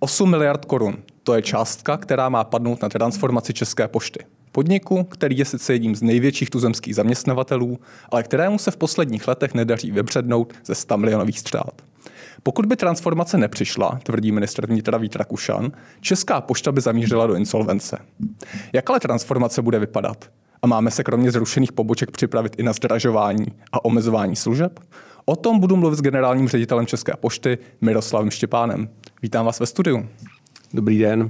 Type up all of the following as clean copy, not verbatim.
8 miliard korun. To je částka, která má padnout na transformaci České pošty. Podniku, který je sice jedním z největších tuzemských zaměstnavatelů, ale kterému se v posledních letech nedaří vybřednout ze 100 milionových ztrát. Pokud by transformace nepřišla, tvrdí ministr vnitra Vít Rakušan, Česká pošta by zamířila do insolvence. Jak ale transformace bude vypadat? A máme se kromě zrušených poboček připravit i na zdražování a omezování služeb? O tom budu mluvit s generálním ředitelem České pošty Miroslavem Štěpánem. Vítám vás ve studiu. Dobrý den.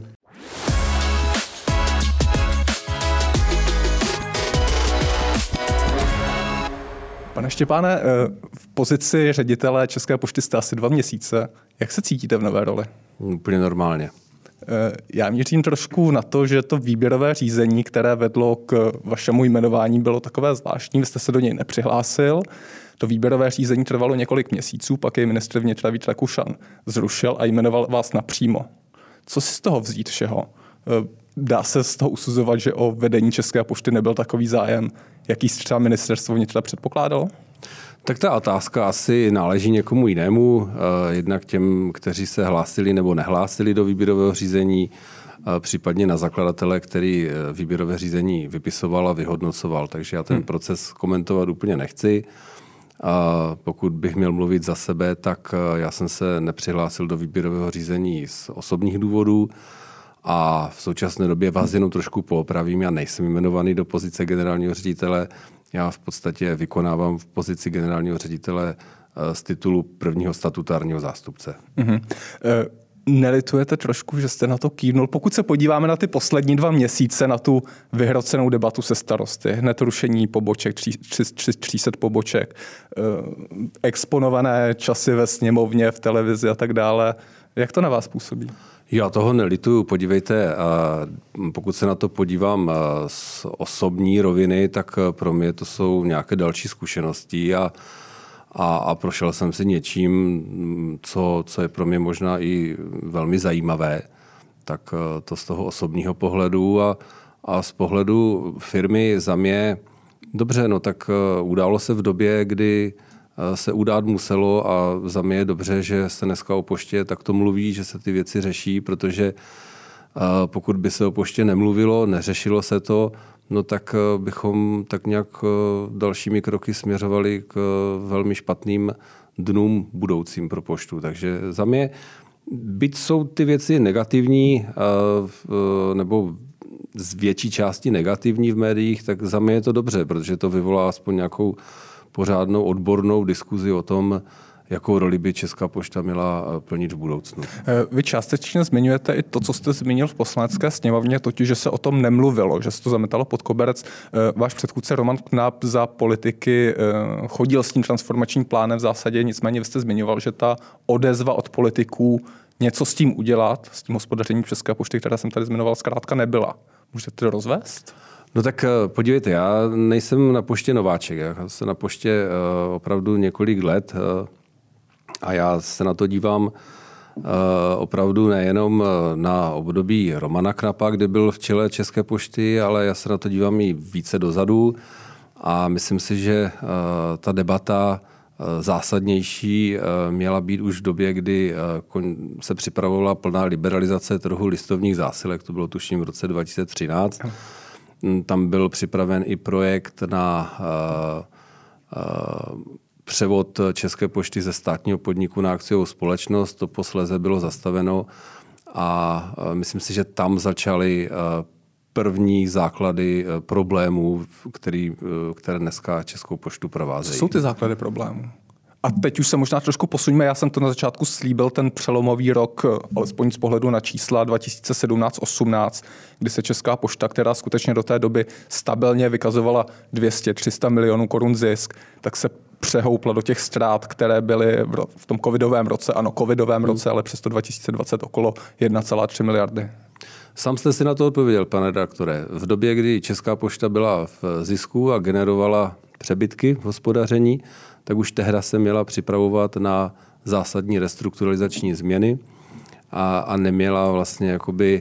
Pane Štěpáne, v pozici ředitele České pošty jste asi 2 měsíce. Jak se cítíte v nové roli? Úplně normálně. Já mířím trošku na to, že to výběrové řízení, které vedlo k vašemu jmenování, bylo takové zvláštní. Vy jste se do něj nepřihlásil. To výběrové řízení trvalo několik měsíců, pak jej ministr vnitra Vít Rakušan zrušil a jmenoval vás napřímo. Co si z toho vzít všeho? Dá se z toho usuzovat, že o vedení České pošty nebyl takový zájem, jaký třeba ministerstvo vnitra předpokládalo? Tak ta otázka asi náleží někomu jinému, jednak těm, kteří se hlásili nebo nehlásili do výběrového řízení, případně na zakladatele, který výběrové řízení vypisoval a vyhodnocoval. Takže já ten proces komentovat úplně nechci. Pokud bych měl mluvit za sebe, tak já jsem se nepřihlásil do výběrového řízení z osobních důvodů a v současné době vás jenom trošku poopravím. Já nejsem jmenovaný do pozice generálního ředitele. Já v podstatě vykonávám v pozici generálního ředitele z titulu prvního statutárního zástupce. Nelitujete trošku, že jste na to kývnul? Pokud se podíváme na ty poslední 2 měsíce, na tu vyhrocenou debatu se starosty, hned rušení poboček, 300 poboček, exponované časy ve sněmovně, v televizi a tak dále, jak to na vás působí? Já toho nelituju. Podívejte, pokud se na to podívám z osobní roviny, tak pro mě to jsou nějaké další zkušenosti a prošel jsem si něčím, co je pro mě možná i velmi zajímavé. Tak to z toho osobního pohledu a z pohledu firmy za mě dobře, no tak událo se v době, kdy se udát muselo a za mě je dobře, že se dneska o poště takto mluví, že se ty věci řeší, protože pokud by se o poště nemluvilo, neřešilo se to, no tak bychom tak nějak dalšími kroky směřovali k velmi špatným dnům budoucím pro poštu. Takže za mě, byť jsou ty věci negativní nebo z větší části negativní v médiích, tak za mě je to dobře, protože to vyvolá aspoň nějakou pořádnou odbornou diskuzi o tom, jakou roli by Česká pošta měla plnit v budoucnu. Vy částečně zmiňujete i to, co jste zmínil v Poslanecké sněmovně, totiž, že se o tom nemluvilo, že se to zametalo pod koberec. Váš předchůdce Roman Knap za politiky chodil s tím transformačním plánem v zásadě, nicméně vy jste zmiňoval, že ta odezva od politiků něco s tím udělat, s tím hospodařením České pošty, která jsem tady zmiňoval, zkrátka nebyla. Můžete to rozvést? No tak podívejte, já nejsem na poště nováček, já jsem na poště opravdu několik let a já se na to dívám opravdu nejenom na období Romana Knapa, kde byl v čele České pošty, ale já se na to dívám i více dozadu a myslím si, že ta debata zásadnější měla být už v době, kdy se připravovala plná liberalizace trhu listovních zásilek, to bylo tuším v roce 2013. Tam byl připraven i projekt na převod České pošty ze státního podniku na akciovou společnost. To posléze bylo zastaveno a myslím si, že tam začaly první základy problémů, které dneska Českou poštu provázejí. Co jsou ty základy problémů? A teď už se možná trošku posuňme. Já jsem to na začátku slíbil, ten přelomový rok, alespoň z pohledu na čísla 2017-18, kdy se Česká pošta, která skutečně do té doby stabilně vykazovala 200-300 milionů korun zisk, tak se přehoupla do těch ztrát, které byly v tom covidovém roce, roce, ale přesto 2020 okolo 1,3 miliardy. Sám jste si na to odpověděl, pane redaktore. V době, kdy Česká pošta byla v zisku a generovala přebytky v hospodaření, tak už tehda se měla připravovat na zásadní restrukturalizační změny a neměla vlastně jakoby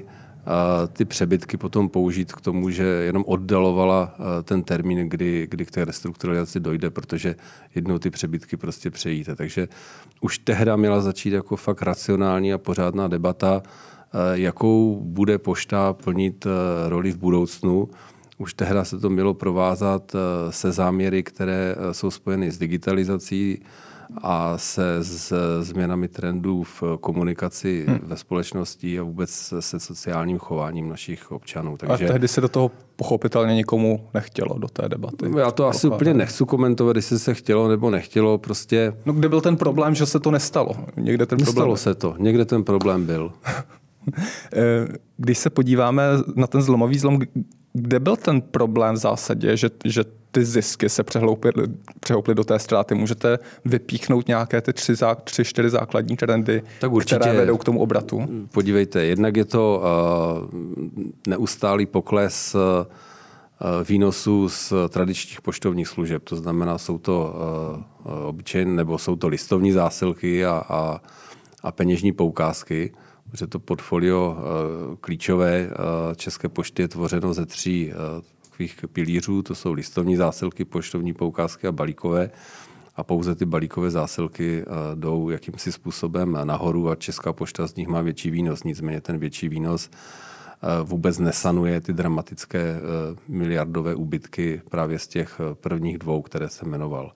ty přebytky potom použít k tomu, že jenom oddalovala ten termín, kdy k té restrukturalizaci dojde, protože jednou ty přebytky prostě přejíte. Takže už tehda měla začít jako fakt racionální a pořádná debata, jakou bude pošta plnit roli v budoucnu. Už tehda se to mělo provázat se záměry, které jsou spojeny s digitalizací a se změnami trendů v komunikaci ve společnosti a vůbec se sociálním chováním našich občanů. Takže... A tehdy se do toho pochopitelně nikomu nechtělo, do té debaty. Já to asi úplně nechci komentovat, jestli se chtělo nebo nechtělo. Prostě... No kde byl ten problém, že se to nestalo? Nestalo se to. Někde ten problém byl. Když se podíváme na ten zlomový zlom, kde byl ten problém v zásadě, že ty zisky se přehouply do té ztráty? Můžete vypíchnout nějaké ty 3-4 základní trendy, které vedou k tomu obratu? Podívejte, jednak je to neustálý pokles výnosů z tradičních poštovních služeb. To znamená, jsou to obyčejné nebo jsou to listovní zásilky a peněžní poukázky. Že to portfolio klíčové České pošty je tvořeno ze 3 takových pilířů, to jsou listovní zásilky, poštovní poukázky a balíkové. A pouze ty balíkové zásilky jdou jakýmsi způsobem nahoru a Česká pošta z nich má větší výnos. Nicméně ten větší výnos vůbec nesanuje ty dramatické miliardové úbytky právě z těch prvních 2, které jsem jmenoval.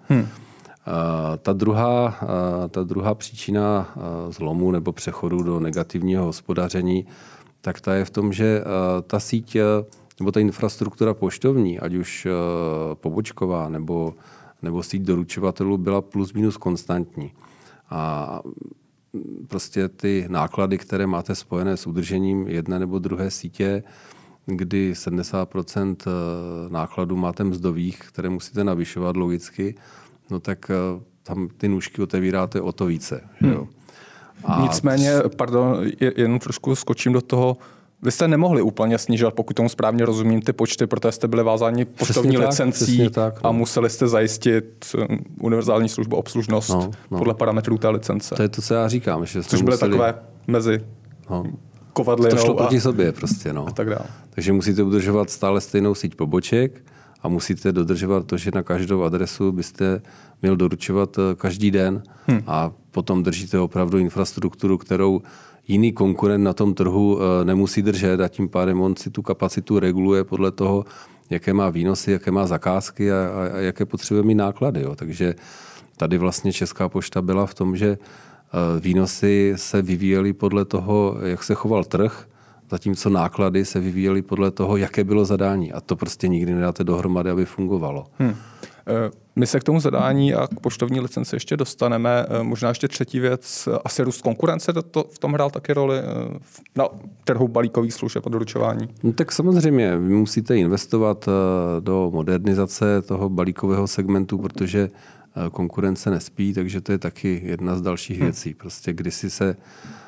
Ta druhá příčina zlomu nebo přechodu do negativního hospodaření, tak ta je v tom, že ta síť nebo ta infrastruktura poštovní, ať už pobočková nebo síť doručovatelů, byla plus minus konstantní. A prostě ty náklady, které máte spojené s udržením jedné nebo druhé sítě, kdy 70% nákladů máte mzdových, které musíte navyšovat logicky, no tak tam ty nůžky otevíráte o to více. Jo. Nicméně, jenom trošku skočím do toho, vy jste nemohli úplně snižovat, pokud tomu správně rozumím, ty počty, protože jste byli vázáni poštovní licencí a museli jste zajistit univerzální službu, obslužnost podle parametrů té licence. To je to, co já říkám. Že což byly takové mezi kovadlinou to šlo proti sobě prostě. A tak dále. Takže musíte udržovat stále stejnou síť poboček a musíte dodržovat to, že na každou adresu byste měl doručovat každý den a potom držíte opravdu infrastrukturu, kterou jiný konkurent na tom trhu nemusí držet a tím pádem on si tu kapacitu reguluje podle toho, jaké má výnosy, jaké má zakázky a jaké potřebuje mít náklady. Jo. Takže tady vlastně Česká pošta byla v tom, že výnosy se vyvíjely podle toho, jak se choval trh, zatímco náklady se vyvíjely podle toho, jaké bylo zadání. A to prostě nikdy nedáte dohromady, aby fungovalo. My se k tomu zadání a k poštovní licenci ještě dostaneme. Možná ještě třetí věc, asi růst konkurence v tom hrál taky roli na trhu balíkových služeb a doručování? No, tak samozřejmě, vy musíte investovat do modernizace toho balíkového segmentu, protože konkurence nespí, takže to je taky jedna z dalších věcí. Prostě kdysi se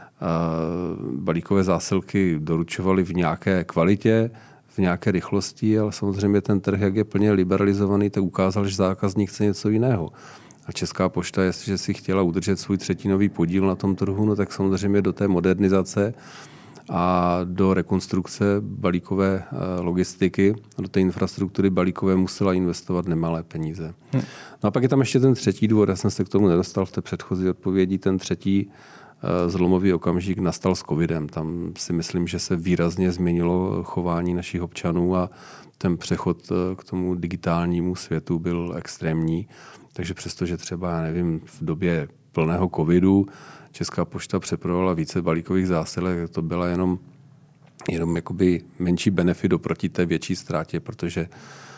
balíkové zásilky doručovaly v nějaké kvalitě, v nějaké rychlosti, ale samozřejmě ten trh, jak je plně liberalizovaný, tak ukázal, že zákazník chce něco jiného. A Česká pošta, jestliže si chtěla udržet svůj třetinový podíl na tom trhu, no tak samozřejmě do té modernizace a do rekonstrukce balíkové logistiky, do té infrastruktury balíkové musela investovat nemalé peníze. No a pak je tam ještě ten třetí důvod, já jsem se k tomu nedostal v té předchozí odpovědi, ten třetí zlomový okamžik nastal s covidem. Tam si myslím, že se výrazně změnilo chování našich občanů a ten přechod k tomu digitálnímu světu byl extrémní. Takže přestože třeba, já nevím, v době plného covidu Česká pošta přepravovala více balíkových zásilek, to byla jenom jakoby menší benefit oproti té větší ztrátě, protože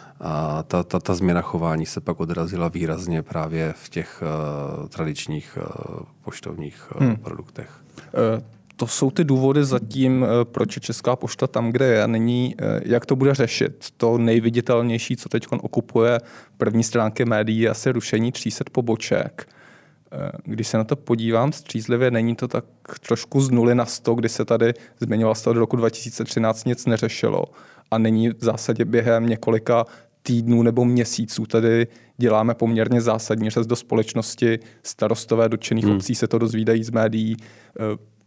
ta změna chování se pak odrazila výrazně právě v těch tradičních poštovních produktech. To jsou ty důvody zatím, proč je Česká pošta tam, kde je. Nyní, jak to bude řešit? To nejviditelnější, co teď okupuje první stránky médií, je asi rušení 300 poboček. Když se na to podívám střízlivě, není to tak trošku z 0 na 100, kdy se tady zmiňoval z toho do roku 2013 nic neřešilo. A nyní v zásadě během několika týdnů nebo měsíců tady děláme poměrně zásadní řez do společnosti. Starostové dotčených obcí se to dozvídají z médií.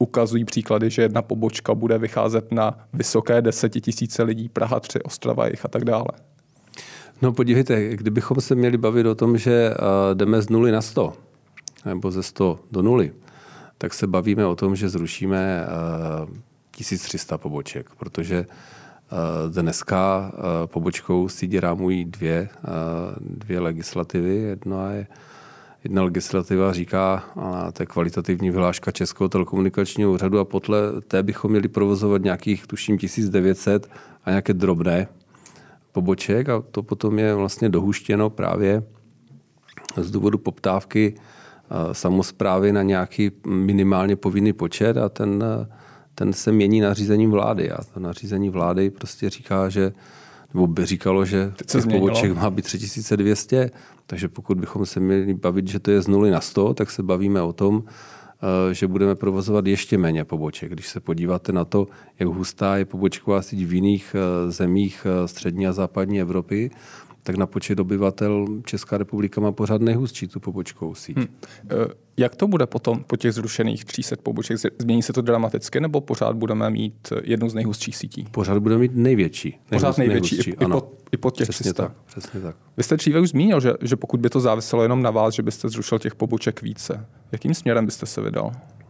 ukazují příklady, že jedna pobočka bude vycházet na vysoké 10 000 lidí, Praha 3, Ostrava jich a tak dále. No podívejte, kdybychom se měli bavit o tom, že jdeme z 0 na 100, nebo ze 100 do 0, tak se bavíme o tom, že zrušíme 1300 poboček, protože dneska pobočkou síti rámují dvě legislativy. Jedna legislativa říká, to je kvalitativní vyhláška Českého telekomunikačního úřadu a podle té bychom měli provozovat nějakých, tuším, 1900 a nějaké drobné poboček a to potom je vlastně dohuštěno právě z důvodu poptávky samosprávy na nějaký minimálně povinný počet a ten se mění nařízením vlády. A to nařízení vlády prostě říká, nebo by říkalo, že těch poboček má být 3200, takže pokud bychom se měli bavit, že to je z 0 na 100, tak se bavíme o tom, že budeme provozovat ještě méně poboček. Když se podíváte na to, jak hustá je pobočková síť v jiných zemích střední a západní Evropy, tak na počet obyvatel Česká republika má pořád nejhustší tu pobočkovou síť. Jak to bude potom po těch zrušených 300 poboček? Změní se to dramaticky, nebo pořád budeme mít jednu z nejhustších sítí? Pořád budeme mít největší. Pořád největší, i pod těch 300. Přesně tak. Vy jste dříve už zmínil, že pokud by to záviselo jenom na vás, že byste zrušil těch poboček více. Jakým směrem byste se vydal?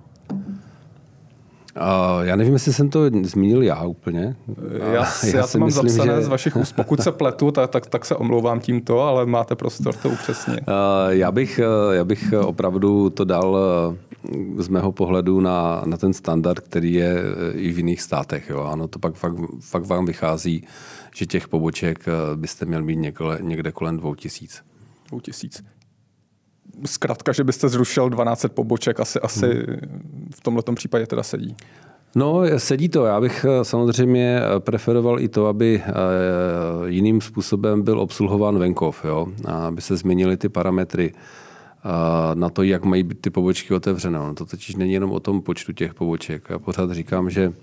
Já nevím, jestli jsem to zmínil já úplně. Já to mám zapsané z vašich úst. Pokud se pletu, tak se omlouvám tímto, ale máte prostor to upřesnit. Já bych opravdu to dal z mého pohledu na ten standard, který je i v jiných státech. Jo. Ano, to pak fakt vám vychází, že těch poboček byste měl mít někde kolem 2000. 2000. Zkrátka, že byste zrušil 1200 poboček, asi v tomhletom případě teda sedí. No, sedí to. Já bych samozřejmě preferoval i to, aby jiným způsobem byl obsluhován venkov, jo? Aby se změnily ty parametry na to, jak mají být ty pobočky otevřené. No, to totiž není jenom o tom počtu těch poboček. Já pořád říkám, že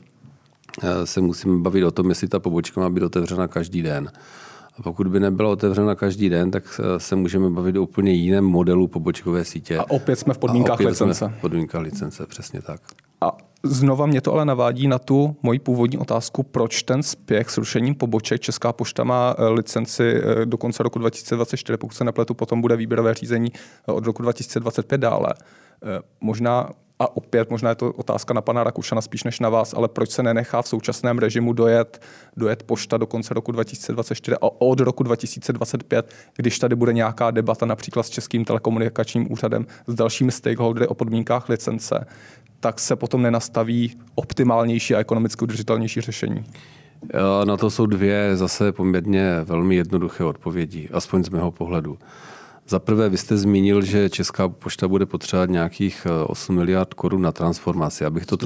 se musíme bavit o tom, jestli ta pobočka má být otevřena každý den. A pokud by nebyla otevřena každý den, tak se můžeme bavit o úplně jiném modelu pobočkové sítě. A opět jsme v podmínkách licence. V podmínkách licence, přesně tak. A znova mě to ale navádí na tu moji původní otázku, proč ten spěch s rušením poboček. Česká pošta má licenci do konce roku 2024, pokud se nepletu, potom bude výběrové řízení od roku 2025 dále. Možná je to otázka na pana Rakušana spíš než na vás, ale proč se nenechá v současném režimu dojet pošta do konce roku 2024 a od roku 2025, když tady bude nějaká debata například s Českým telekomunikačním úřadem, s dalšími stakeholdery o podmínkách licence, tak se potom nenastaví optimálnější a ekonomicky udržitelnější řešení? Na to jsou dvě zase poměrně velmi jednoduché odpovědi, aspoň z mého pohledu. Za prvé, vy jste zmínil, že Česká pošta bude potřebovat nějakých 8 miliard korun na transformaci. Abych to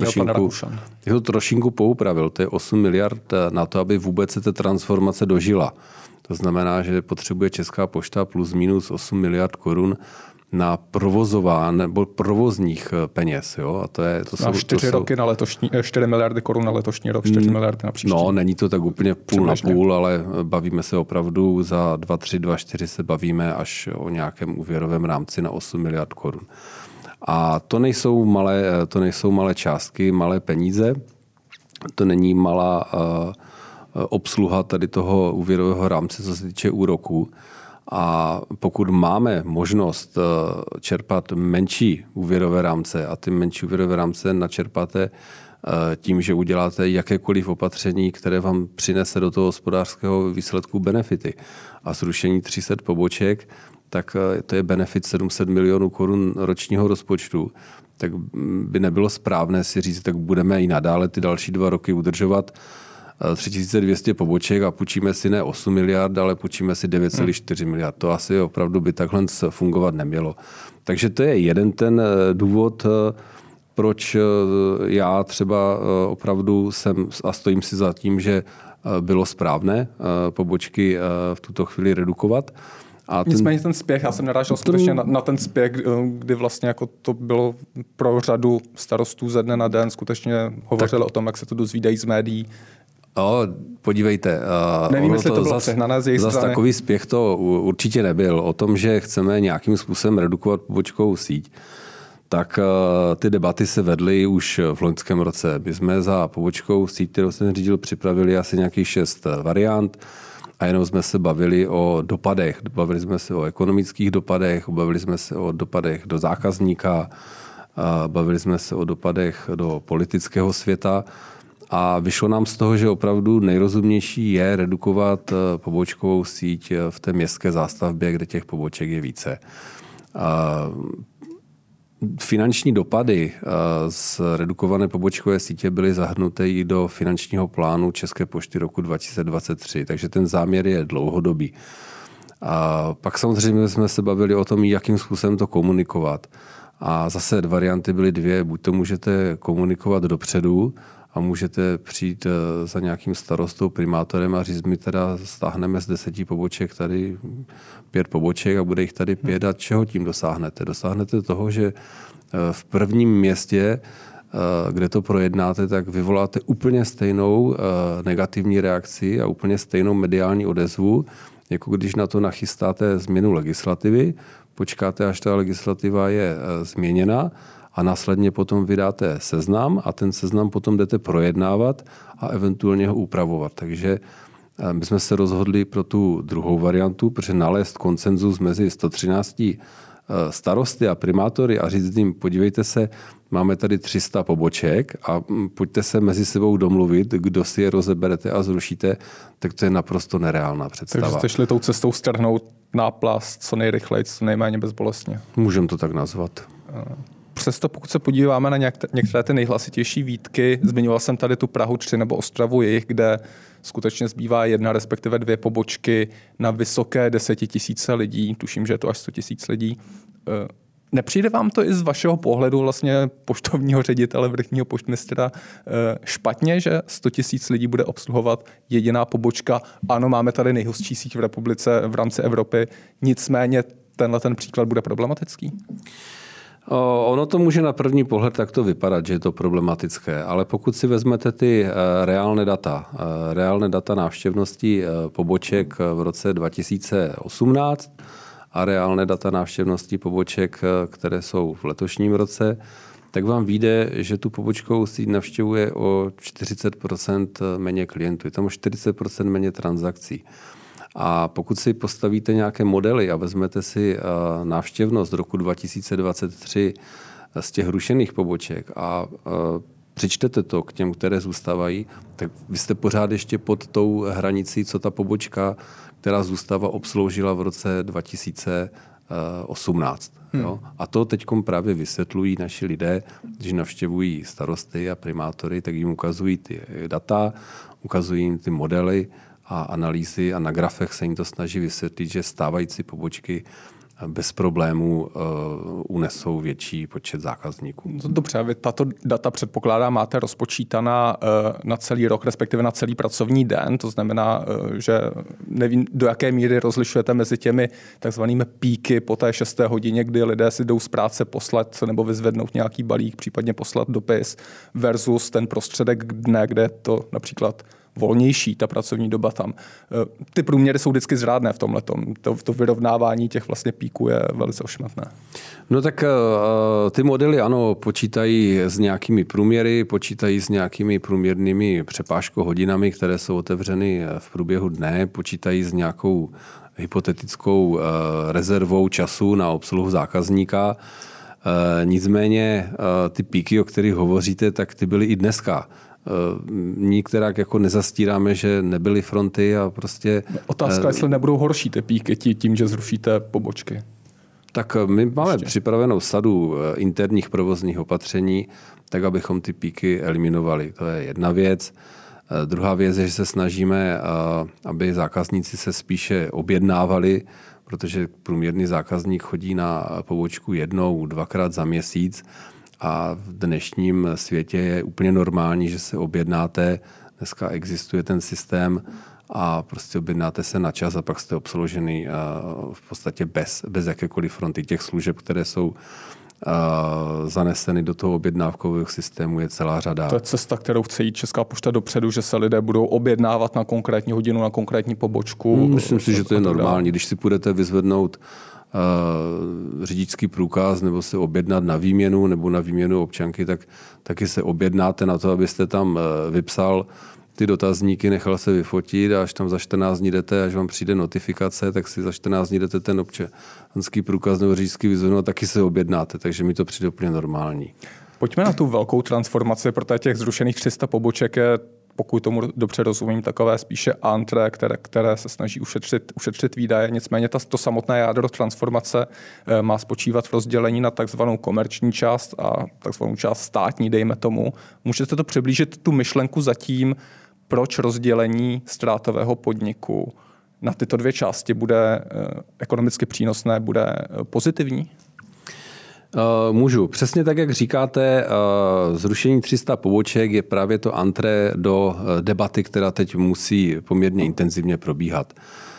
trošinku poupravil. To je 8 miliard na to, aby vůbec se ta transformace dožila. To znamená, že potřebuje Česká pošta plus minus 8 miliard korun na provozování nebo provozních peněz. Jo? A to jsou 4 miliardy korun na letošní rok, 4 miliardy na příští. No, není to tak úplně půl na půl, ale bavíme se opravdu za 2-3-2-4 se bavíme až o nějakém úvěrovém rámci na 8 miliard korun. A to nejsou malé částky, malé peníze. To není malá obsluha tady toho úvěrového rámce, co se týče úroků. A pokud máme možnost čerpat menší úvěrové rámce a ty menší úvěrové rámce načerpáte tím, že uděláte jakékoliv opatření, které vám přinese do toho hospodářského výsledku benefity a zrušení 300 poboček, tak to je benefit 700 milionů korun ročního rozpočtu, tak by nebylo správné si říct, tak budeme i nadále ty další 2 roky udržovat 3200 poboček a půjčíme si ne 8 miliard, ale půjčíme si 9,4 miliard. To asi opravdu by takhle fungovat nemělo. Takže to je jeden ten důvod, proč já třeba opravdu jsem a stojím si za tím, že bylo správné pobočky v tuto chvíli redukovat. Nicméně ten spěch, já jsem narážel skutečně na ten spěch, kdy vlastně jako to bylo pro řadu starostů ze dne na den, skutečně hovořili o tom, jak se to dozvídají z médií. Podívejte, nevím, jestli to bylo přehnané z jejich strany. Zas takový spěch to určitě nebyl. O tom, že chceme nějakým způsobem redukovat pobočkovou síť, tak ty debaty se vedly už v loňském roce. My jsme za pobočkou síť, kterou jsem řídil, připravili asi nějakých 6 variant a jenom jsme se bavili o dopadech. Bavili jsme se o ekonomických dopadech, bavili jsme se o dopadech do zákazníka, bavili jsme se o dopadech do politického světa a vyšlo nám z toho, že opravdu nejrozumnější je redukovat pobočkovou síť v té městské zástavbě, kde těch poboček je více. Finanční dopady z redukované pobočkové sítě byly zahrnuty i do finančního plánu České pošty roku 2023, takže ten záměr je dlouhodobý. A pak samozřejmě jsme se bavili o tom, jakým způsobem to komunikovat. A zase varianty byly 2. Buď to můžete komunikovat dopředu a můžete přijít za nějakým starostou, primátorem a říct, my teda stáhneme z 10 poboček tady 5 poboček a bude jich tady 5 a čeho tím dosáhnete? Dosáhnete toho, že v prvním městě, kde to projednáte, tak vyvoláte úplně stejnou negativní reakci a úplně stejnou mediální odezvu, jako když na to nachystáte změnu legislativy, počkáte, až ta legislativa je změněna a následně potom vydáte seznam a ten seznam potom jdete projednávat a eventuálně ho upravovat. Takže my jsme se rozhodli pro tu druhou variantu, protože nalézt konsenzus mezi 113 starosty a primátory a říct jim, podívejte se, máme tady 300 poboček a pojďte se mezi sebou domluvit, kdo si je rozeberete a zrušíte, tak to je naprosto nereálná představa. Takže jste šli tou cestou strhnout náplast co nejrychleji, co nejméně bezbolestně. Můžeme to tak nazvat. Přesto pokud se podíváme na některé ty nejhlasitější výtky, zmiňoval jsem tady tu Prahu 3 nebo Ostravu Jih, kde skutečně zbývá 1, respektive 2 pobočky na vysoké 10 000 lidí, tuším, že je to až 100 000 lidí. Nepřijde vám to i z vašeho pohledu vlastně poštovního ředitele, vrchního poštmistra špatně, že 100 000 lidí bude obsluhovat jediná pobočka? Ano, máme tady nejhustší síť v republice v rámci Evropy, nicméně ten příklad bude problematický? Ono to může na první pohled takto vypadat, že je to problematické, ale pokud si vezmete ty reálné data návštěvnosti poboček v roce 2018 a reálné data návštěvnosti poboček, které jsou v letošním roce, tak vám vyjde, že tu pobočkovou síť navštěvuje o 40% méně klientů. Je tam o 40% méně transakcí. A pokud si postavíte nějaké modely a vezmete si návštěvnost roku 2023 z těch rušených poboček a přičtete to k těm, které zůstávají, tak vy jste pořád ještě pod tou hranicí, co ta pobočka, která zůstává, obsloužila v roce 2018. Jo? A to teďkom právě vysvětlují naši lidé, když navštěvují starosty a primátory, tak jim ukazují ty data, ukazují jim ty modely a analýzy a na grafech se jim to snaží vysvětlit, že stávající pobočky bez problémů unesou větší počet zákazníků. Dobře, vy tato data předpokládá, máte rozpočítaná na celý rok, respektive na celý pracovní den, to znamená, že nevím, do jaké míry rozlišujete mezi těmi takzvanými píky po té 6. hodině, kdy lidé si jdou z práce poslat nebo vyzvednout nějaký balík, případně poslat dopis, versus ten prostředek dne, kde je to například volnější, ta pracovní doba tam. Ty průměry jsou vždycky zrádné v tomhletom. To vyrovnávání těch vlastně píků je velice ošmatné. No tak ty modely ano, počítají s nějakými průměry, počítají s nějakými průměrnými přepážkohodinami, které jsou otevřeny v průběhu dne, počítají s nějakou hypotetickou rezervou času na obsluhu zákazníka. Nicméně ty píky, o kterých hovoříte, tak ty byly i dneska. Nikterak jako nezastíráme, že nebyly fronty a prostě... Otázka, jestli nebudou horší ty píky tím, že zrušíte pobočky. Tak my máme připravenou sadu interních provozních opatření, tak abychom ty píky eliminovali. To je jedna věc. Druhá věc je, že se snažíme, aby zákazníci se spíše objednávali, protože průměrný zákazník chodí na pobočku 1-2krát za měsíc, a v dnešním světě je úplně normální, že se objednáte. Dneska existuje ten systém a prostě objednáte se na čas a pak jste obsloužený v podstatě bez jakékoliv fronty. Těch služeb, které jsou zaneseny do toho objednávkového systému, je celá řada. To je cesta, kterou chce jít Česká pošta dopředu, že se lidé budou objednávat na konkrétní hodinu, na konkrétní pobočku. Myslím si, že to je normální. Když si půjdete vyzvednout řidičský průkaz nebo se objednat na výměnu nebo na výměnu občanky, tak taky se objednáte na to, abyste tam vypsal ty dotazníky, nechal se vyfotit a až tam za 14 dní jdete, až vám přijde notifikace, tak si za 14 dní jdete ten občanský průkaz nebo řidičský výzvu a taky se objednáte, takže mi to přijde úplně normální. Pojďme na tu velkou transformaci, protože těch zrušených 300 poboček je, pokud tomu dobře rozumím, takové spíše antré, které se snaží ušetřit výdaje. Nicméně to samotné jádro transformace má spočívat v rozdělení na takzvanou komerční část a takzvanou část státní, dejme tomu. Můžete to přiblížit tu myšlenku zatím, proč rozdělení ztrátového podniku na tyto dvě části bude ekonomicky přínosné, bude pozitivní? Můžu. Přesně tak, jak říkáte, zrušení 300 poboček je právě to antré do debaty, která teď musí poměrně intenzivně probíhat.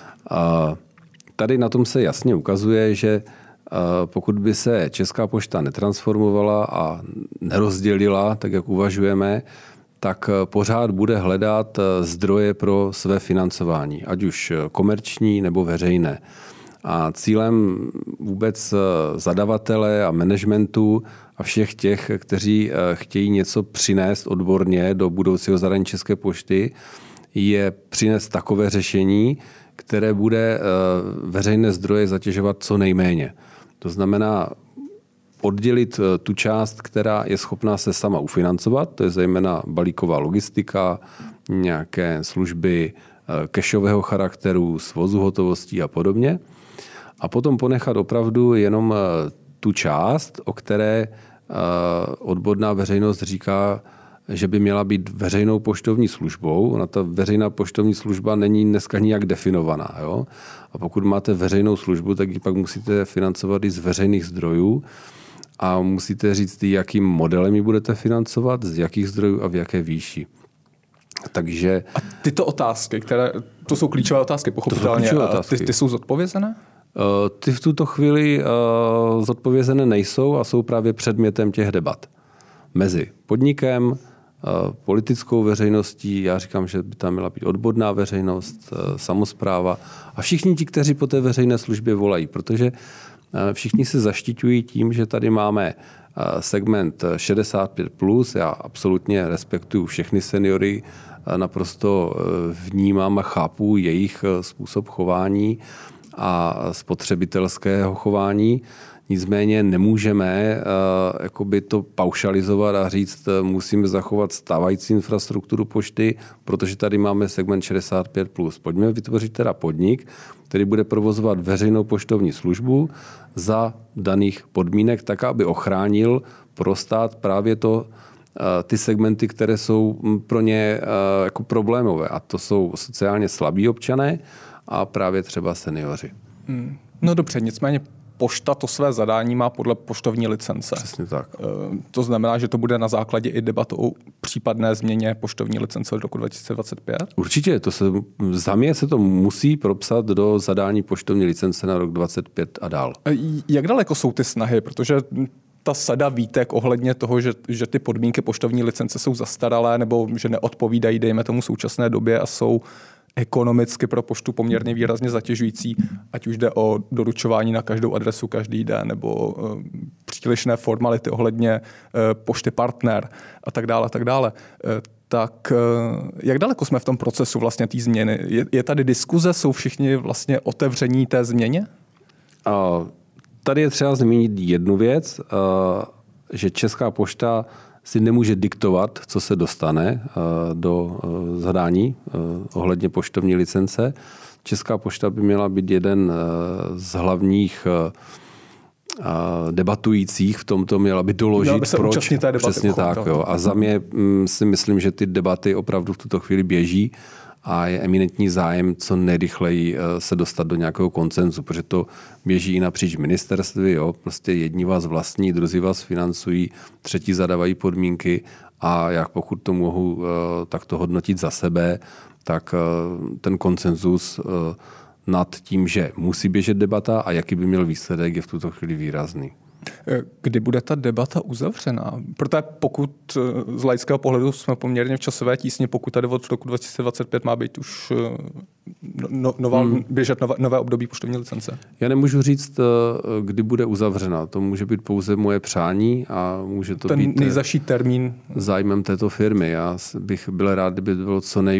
Tady na tom se jasně ukazuje, že pokud by se Česká pošta netransformovala a nerozdělila, tak jak uvažujeme, tak pořád bude hledat zdroje pro své financování, ať už komerční nebo veřejné. A cílem vůbec zadavatele a managementu a všech těch, kteří chtějí něco přinést odborně do budoucího zadání České pošty, je přinést takové řešení, které bude veřejné zdroje zatěžovat co nejméně. To znamená oddělit tu část, která je schopná se sama ufinancovat, to je zejména balíková logistika, nějaké služby cashového charakteru, svozu hotovostí a podobně. A potom ponechat opravdu jenom tu část, o které odborná veřejnost říká, že by měla být veřejnou poštovní službou. Ona ta veřejná poštovní služba není dneska nijak definovaná. Jo? A pokud máte veřejnou službu, tak ji pak musíte financovat i z veřejných zdrojů a musíte říct, jakým modelem ji budete financovat, z jakých zdrojů a v jaké výši. Takže... A tyto otázky, to jsou klíčové otázky, pochopitelně. Ty jsou zodpovězené? Ty v tuto chvíli zodpovězené nejsou a jsou právě předmětem těch debat. Mezi podnikem, politickou veřejností, já říkám, že by tam měla být odborná veřejnost, samospráva a všichni ti, kteří po té veřejné službě volají, protože všichni se zaštiťují tím, že tady máme segment 65+, já absolutně respektuju všechny seniory, naprosto vnímám a chápu jejich způsob chování a spotřebitelského chování. Nicméně nemůžeme jakoby to paušalizovat a říct, musíme zachovat stávající infrastrukturu pošty, protože tady máme segment 65+. Pojďme vytvořit teda podnik, který bude provozovat veřejnou poštovní službu za daných podmínek, tak, aby ochránil pro stát právě ty segmenty, které jsou pro ně jako problémové. A to jsou sociálně slabí občané a právě třeba seniori. No dobře, nicméně pošta to své zadání má podle poštovní licence. Přesně tak. To znamená, že to bude na základě i debaty o případné změně poštovní licence od roku 2025? Určitě. Za mě se to musí propsat do zadání poštovní licence na rok 2025 a dál. Jak daleko jsou ty snahy? Protože ta sada výtek ohledně toho, že ty podmínky poštovní licence jsou zastaralé nebo že neodpovídají, dejme tomu, současné době a jsou ekonomicky pro poštu poměrně výrazně zatěžující, ať už jde o doručování na každou adresu každý den, nebo přílišné formality ohledně pošty partner a tak dále. Tak jak daleko jsme v tom procesu vlastně té změny? Je tady diskuze? Jsou všichni vlastně otevření té změně? Tady je třeba zmínit jednu věc, že Česká pošta si nemůže diktovat, co se dostane do zadání ohledně poštovní licence. Česká pošta by měla být jeden z hlavních debatujících v tomto, měla by doložit, proč. Přesně tak. Jo. A za mě si myslím, že ty debaty opravdu v tuto chvíli běží a je eminentní zájem co nejrychleji se dostat do nějakého konsenzu, protože to běží i napříč ministerství. Jo. Prostě jedni vás vlastní, druzí vás financují, třetí zadávají podmínky a jak pokud to mohu takto hodnotit za sebe, tak ten konsenzus nad tím, že musí běžet debata a jaký by měl výsledek, je v tuto chvíli výrazný. Kdy bude ta debata uzavřená? Protože pokud z laického pohledu jsme poměrně v časové tísni, pokud tady od roku 2025 má být už běžet nové období poštovní licence. Já nemůžu říct, kdy bude uzavřena. To může být pouze moje přání a může to být nejzazší termín zájmem této firmy. Já bych byl rád, kdyby bylo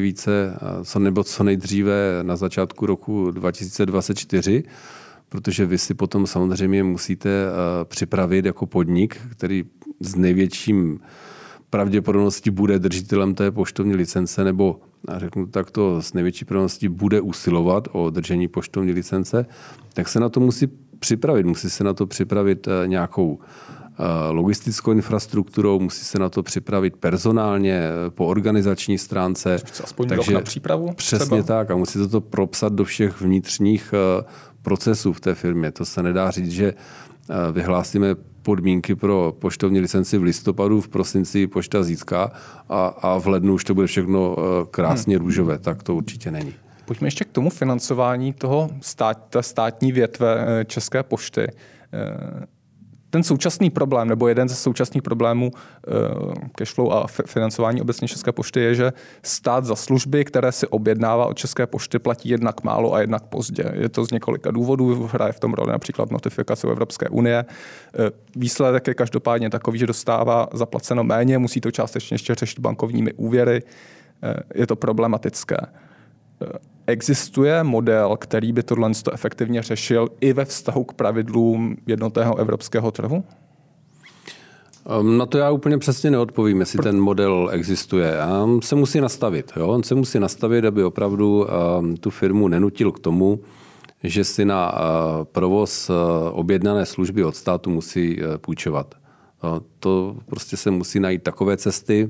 co nejdříve na začátku roku 2024, protože vy si potom samozřejmě musíte připravit jako podnik, který s největším pravděpodobností bude držitelem té poštovní licence, nebo řeknu takto, s největší pravděpodobností bude usilovat o držení poštovní licence, tak se na to musí připravit. Musí se na to připravit nějakou logistickou infrastrukturou, musí se na to připravit personálně, po organizační stránce. Aspoň rok na přípravu? Přesně tak a musí to propsat do všech vnitřních procesů v té firmě. To se nedá říct, že vyhlásíme podmínky pro poštovní licenci v listopadu, v prosinci pošta získá a v lednu už to bude všechno krásně růžové. Tak to určitě není. Pojďme ještě k tomu financování té státní větve České pošty. Ten současný problém, nebo jeden ze současných problémů cashflow a financování obecně České pošty je, že stát za služby, které si objednává od České pošty, platí jednak málo a jednak pozdě. Je to z několika důvodů, hraje v tom roli například notifikace Evropské unie. Výsledek je každopádně takový, že dostává zaplaceno méně, musí to částečně ještě řešit bankovními úvěry. Je to problematické. Existuje model, který by tohle efektivně řešil i ve vztahu k pravidlům jednotného evropského trhu? Na to já úplně přesně neodpovím, jestli ten model existuje. On se musí nastavit. Jo? On se musí nastavit, aby opravdu tu firmu nenutil k tomu, že si na provoz objednané služby od státu musí půjčovat. To prostě se musí najít takové cesty,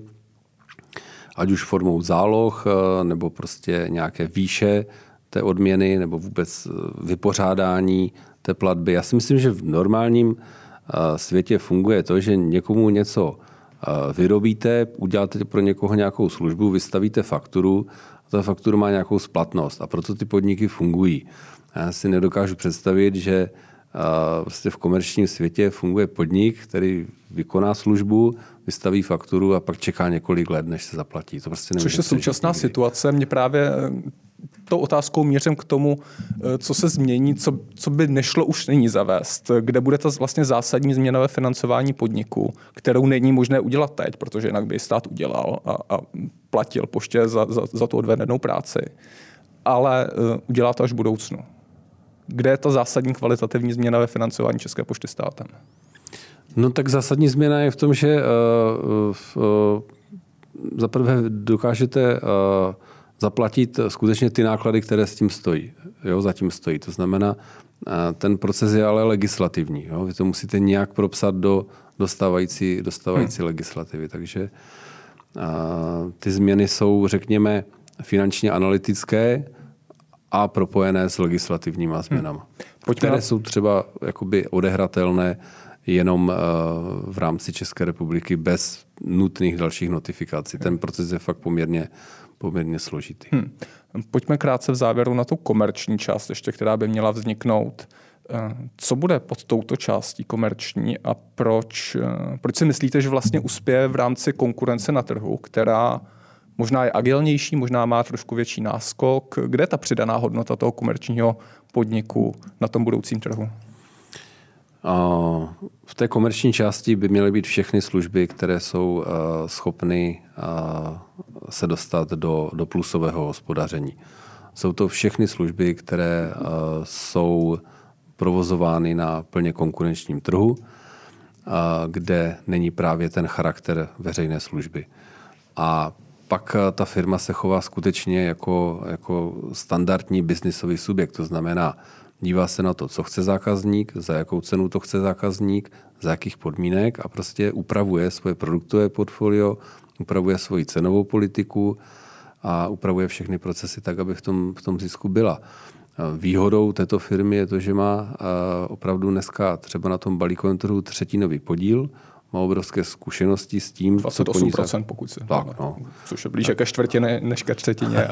ať už formou záloh, nebo prostě nějaké výše té odměny, nebo vůbec vypořádání té platby. Já si myslím, že v normálním světě funguje to, že někomu něco vyrobíte, uděláte pro někoho nějakou službu, vystavíte fakturu, a ta faktura má nějakou splatnost a proto ty podniky fungují. Já si nedokážu představit, že prostě v komerčním světě funguje podnik, který vykoná službu, vystaví fakturu a pak čeká několik let, než se zaplatí. To prostě což je současná situace. Mě právě tou otázkou mířím k tomu, co se změní, co by nešlo už nyní zavést, kde bude ta vlastně zásadní změna ve financování podniku, kterou není možné udělat teď, protože jinak by stát udělal a platil poště za tu odvedenou práci. Ale udělá to až v budoucnu. Kde je ta zásadní kvalitativní změna ve financování České pošty státem? No tak zásadní změna je v tom, že zaprvé dokážete zaplatit skutečně ty náklady, které s tím stojí. Jo, zatím stojí. To znamená, ten proces je ale legislativní. Jo? Vy to musíte nějak propsat do dostávající legislativy. Takže ty změny jsou, řekněme, finančně analytické a propojené s legislativníma změnama, které jsou třeba jakoby odehratelné jenom v rámci České republiky bez nutných dalších notifikací. Ten proces je fakt poměrně složitý. Pojďme krátce v závěru na tu komerční část, ještě, která by měla vzniknout. Co bude pod touto částí komerční a proč si myslíte, že vlastně uspěje v rámci konkurence na trhu, která možná je agilnější, možná má trošku větší náskok? Kde je ta přidaná hodnota toho komerčního podniku na tom budoucím trhu? V té komerční části by měly být všechny služby, které jsou schopny se dostat do plusového hospodaření. Jsou to všechny služby, které jsou provozovány na plně konkurenčním trhu, kde není právě ten charakter veřejné služby. A pak ta firma se chová skutečně jako standardní biznisový subjekt. To znamená, dívá se na to, co chce zákazník, za jakou cenu to chce zákazník, za jakých podmínek a prostě upravuje svoje produktové portfolio, upravuje svoji cenovou politiku a upravuje všechny procesy tak, aby v tom zisku byla. Výhodou této firmy je to, že má opravdu dneska třeba na tom balíkovém trhu třetinový podíl, má obrovské zkušenosti s tím, 28%, pokud se. Tak, no. Což je blíže ke čtvrtině než ke třetině, ale...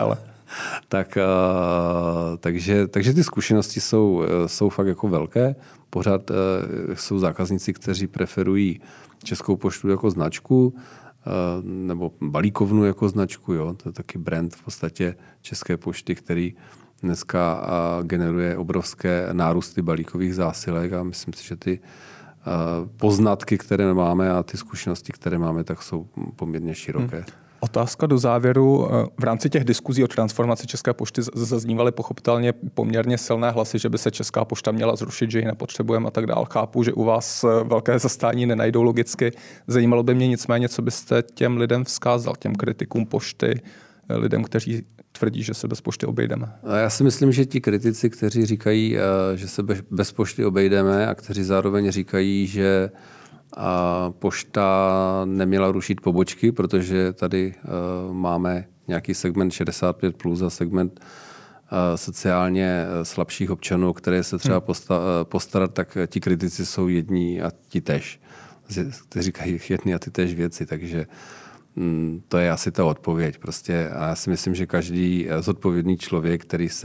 Takže ty zkušenosti jsou fakt jako velké. Pořád jsou zákazníci, kteří preferují Českou poštu jako značku, nebo balíkovnu jako značku. Jo? To je taky brand v podstatě České pošty, který dneska generuje obrovské nárůsty balíkových zásilek a myslím si, že ty poznatky, které máme a ty zkušenosti, které máme, tak jsou poměrně široké. Otázka do závěru. V rámci těch diskuzí o transformaci České pošty zaznívaly pochopitelně poměrně silné hlasy, že by se Česká pošta měla zrušit, že ji nepotřebujeme a tak dál. Chápu, že u vás velké zastání nenajdou logicky. Zajímalo by mě nicméně, co byste těm lidem vzkázal, těm kritikům pošty, lidem, kteří tvrdí, že se bez pošty obejdeme. Já si myslím, že ti kritici, kteří říkají, že se bez pošty obejdeme a kteří zároveň říkají, že pošta neměla rušit pobočky, protože tady máme nějaký segment 65+ a segment sociálně slabších občanů, které se třeba postarat, tak ti kritici jsou jedni a ti též. Kteří říkají jedny a ty též věci, takže to je asi ta odpověď. Prostě. A já si myslím, že každý zodpovědný člověk,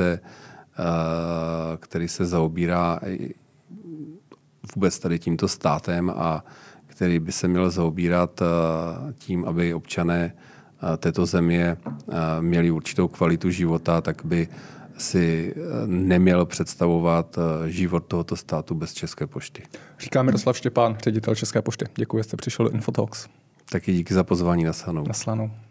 který se zaobírá vůbec tady tímto státem a který by se měl zaobírat tím, aby občané této země měli určitou kvalitu života, tak by si neměl představovat život tohoto státu bez České pošty. Říká Miroslav Štěpán, ředitel České pošty. Děkuji, že jste přišel do Infotalks. Taky díky za pozvání. Naslyšenou. Naslyšenou.